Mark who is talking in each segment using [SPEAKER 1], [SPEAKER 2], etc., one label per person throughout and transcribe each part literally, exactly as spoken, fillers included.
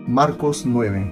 [SPEAKER 1] Marcos nueve.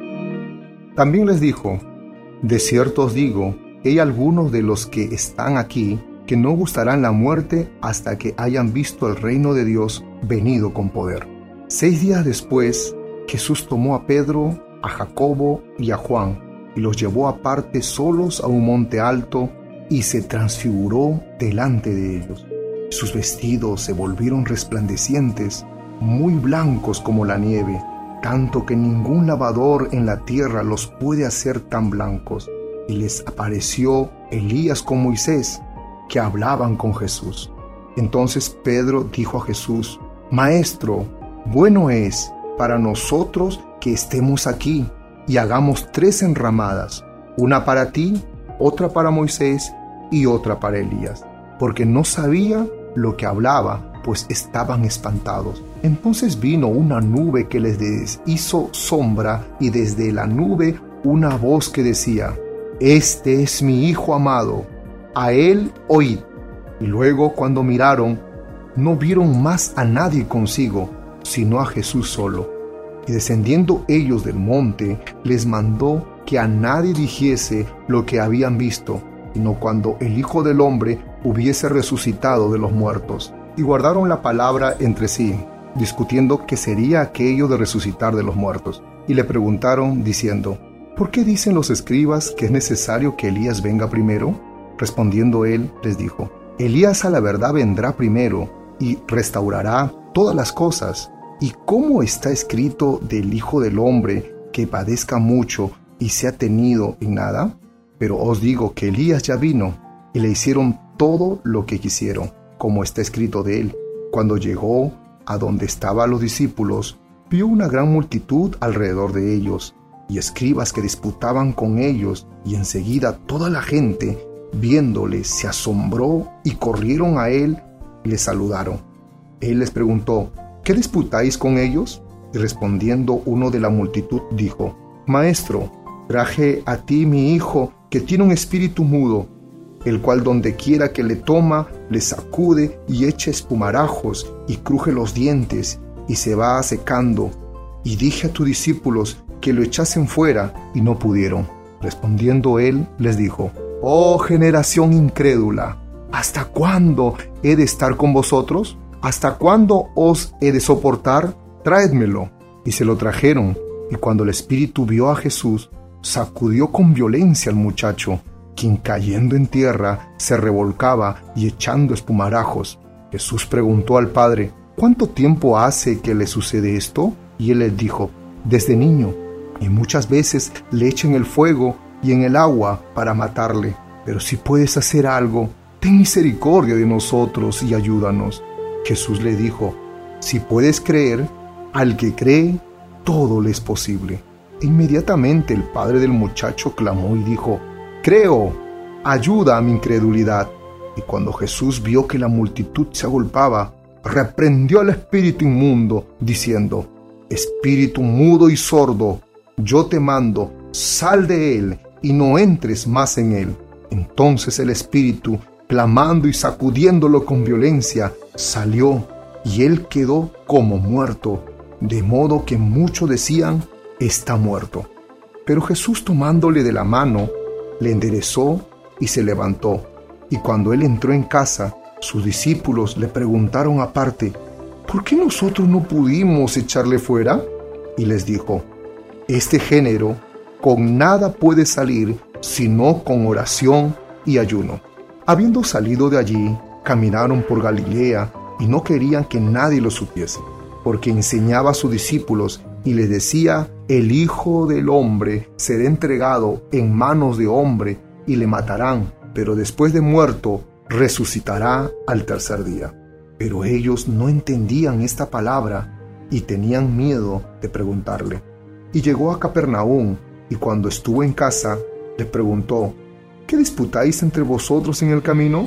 [SPEAKER 1] También les dijo: de cierto os digo, hay algunos de los que están aquí que no gustarán la muerte hasta que hayan visto el reino de Dios venido con poder. Seis días después, Jesús tomó a Pedro, a Jacobo y a Juan, y los llevó aparte solos a un monte alto, y se transfiguró delante de ellos. Sus vestidos se volvieron resplandecientes, muy blancos como la nieve, tanto que ningún lavador en la tierra los puede hacer tan blancos. Y les apareció Elías con Moisés, que hablaban con Jesús. Entonces Pedro dijo a Jesús: Maestro, bueno es para nosotros que estemos aquí y hagamos tres enramadas, una para ti, otra para Moisés y otra para Elías, porque no sabía lo que hablaba, pues estaban espantados. Entonces vino una nube que les hizo sombra, y desde la nube una voz que decía: Este es mi Hijo amado, a él oíd. Y luego, cuando miraron, no vieron más a nadie consigo, sino a Jesús solo. Y descendiendo ellos del monte, les mandó que a nadie dijese lo que habían visto, sino cuando el Hijo del Hombre hubiese resucitado de los muertos. Y guardaron la palabra entre sí, discutiendo qué sería aquello de resucitar de los muertos. Y le preguntaron, diciendo: ¿por qué dicen los escribas que es necesario que Elías venga primero? Respondiendo él, les dijo: Elías a la verdad vendrá primero, y restaurará todas las cosas. ¿Y cómo está escrito del Hijo del Hombre que padezca mucho y sea tenido en nada? Pero os digo que Elías ya vino, y le hicieron todo lo que quisieron, como está escrito de él. Cuando llegó a donde estaban los discípulos, vio una gran multitud alrededor de ellos, y escribas que disputaban con ellos, y enseguida toda la gente, viéndole, se asombró y corrieron a él y le saludaron. Él les preguntó: ¿qué disputáis con ellos? Y respondiendo uno de la multitud dijo: Maestro, traje a ti mi hijo, que tiene un espíritu mudo, el cual donde quiera que le toma, le sacude y echa espumarajos y cruje los dientes y se va secando. Y dije a tus discípulos que lo echasen fuera, y no pudieron. Respondiendo él, les dijo: Oh generación incrédula, ¿hasta cuándo he de estar con vosotros? ¿Hasta cuándo os he de soportar? Traédmelo. Y se lo trajeron, y cuando el espíritu vio a Jesús, sacudió con violencia al muchacho, quien cayendo en tierra se revolcaba y echando espumarajos. Jesús preguntó al padre: ¿cuánto tiempo hace que le sucede esto? Y él les dijo: desde niño, y muchas veces le echan el fuego y en el agua para matarle. Pero si puedes hacer algo, ten misericordia de nosotros y ayúdanos. Jesús le dijo: si puedes creer, al que cree, todo le es posible. E inmediatamente el padre del muchacho clamó y dijo: creo, ayuda a mi incredulidad. Y cuando Jesús vio que la multitud se agolpaba, reprendió al espíritu inmundo, diciendo: espíritu mudo y sordo, yo te mando, sal de él y no entres más en él. Entonces el espíritu, clamando y sacudiéndolo con violencia, salió, y él quedó como muerto, de modo que muchos decían: está muerto. Pero Jesús, tomándole de la mano, le enderezó y se levantó. Y cuando él entró en casa, sus discípulos le preguntaron aparte: ¿por qué nosotros no pudimos echarle fuera? Y les dijo: este género con nada puede salir sino con oración y ayuno. Habiendo salido de allí, caminaron por Galilea, y no querían que nadie lo supiese, porque enseñaba a sus discípulos y les decía: el Hijo del Hombre será entregado en manos de hombre, y le matarán, pero después de muerto resucitará al tercer día. Pero ellos no entendían esta palabra y tenían miedo de preguntarle. Y llegó a Capernaum, y cuando estuvo en casa, le preguntó: ¿qué disputáis entre vosotros en el camino?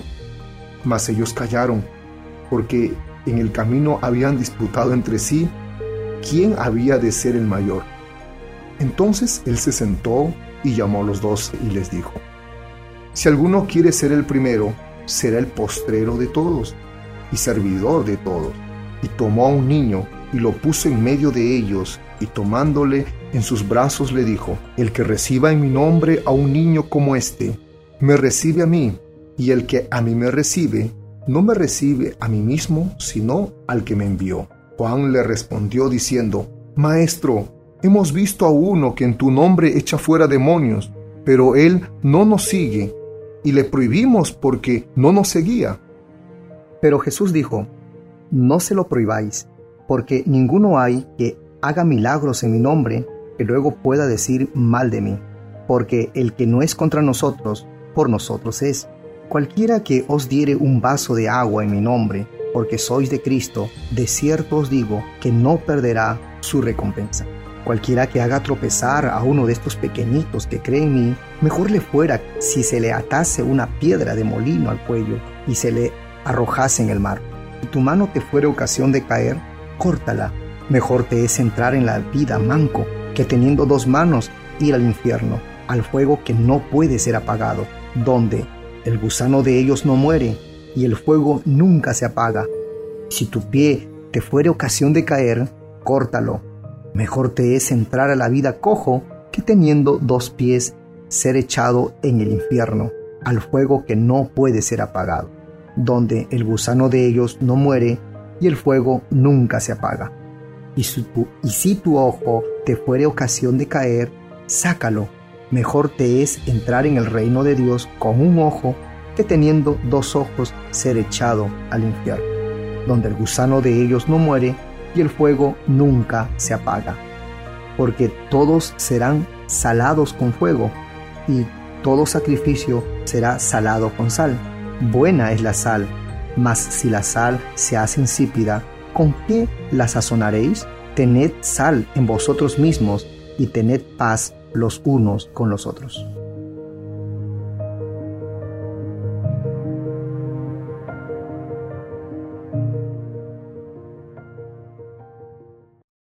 [SPEAKER 1] Mas ellos callaron, porque en el camino habían disputado entre sí quién había de ser el mayor. Entonces él se sentó y llamó a los doce y les dijo: si alguno quiere ser el primero, será el postrero de todos y servidor de todos. Y tomó a un niño y lo puso en medio de ellos, y tomándole en sus brazos le dijo: El que reciba en mi nombre a un niño como este, me recibe a mí, y el que a mí me recibe, no me recibe a mí mismo, sino al que me envió. Juan le respondió diciendo: Maestro, hemos visto a uno que en tu nombre echa fuera demonios, pero él no nos sigue, y le prohibimos porque no nos seguía.
[SPEAKER 2] Pero Jesús dijo: No se lo prohibáis, porque ninguno hay que haga milagros en mi nombre que luego pueda decir mal de mí, porque el que no es contra nosotros, por nosotros es. Cualquiera que os diere un vaso de agua en mi nombre, porque sois de Cristo, de cierto os digo que no perderá su recompensa. Cualquiera que haga tropezar a uno de estos pequeñitos que cree en mí, mejor le fuera si se le atase una piedra de molino al cuello y se le arrojase en el mar. Si tu mano te fuere ocasión de caer, córtala. Mejor te es entrar en la vida manco que teniendo dos manos ir al infierno, al fuego que no puede ser apagado, donde el gusano de ellos no muere y el fuego nunca se apaga. Si tu pie te fuere ocasión de caer, córtalo. Mejor te es entrar a la vida cojo que teniendo dos pies ser echado en el infierno, al fuego que no puede ser apagado, donde el gusano de ellos no muere y el fuego nunca se apaga. Y si tu, y si tu ojo te fuere ocasión de caer, sácalo. Mejor te es entrar en el reino de Dios con un ojo que teniendo dos ojos ser echado al infierno, donde el gusano de ellos no muere y el fuego nunca se apaga. Porque todos serán salados con fuego, y todo sacrificio será salado con sal. Buena es la sal, mas si la sal se hace insípida, ¿con qué la sazonaréis? Tened sal en vosotros mismos y tened paz los unos con los otros.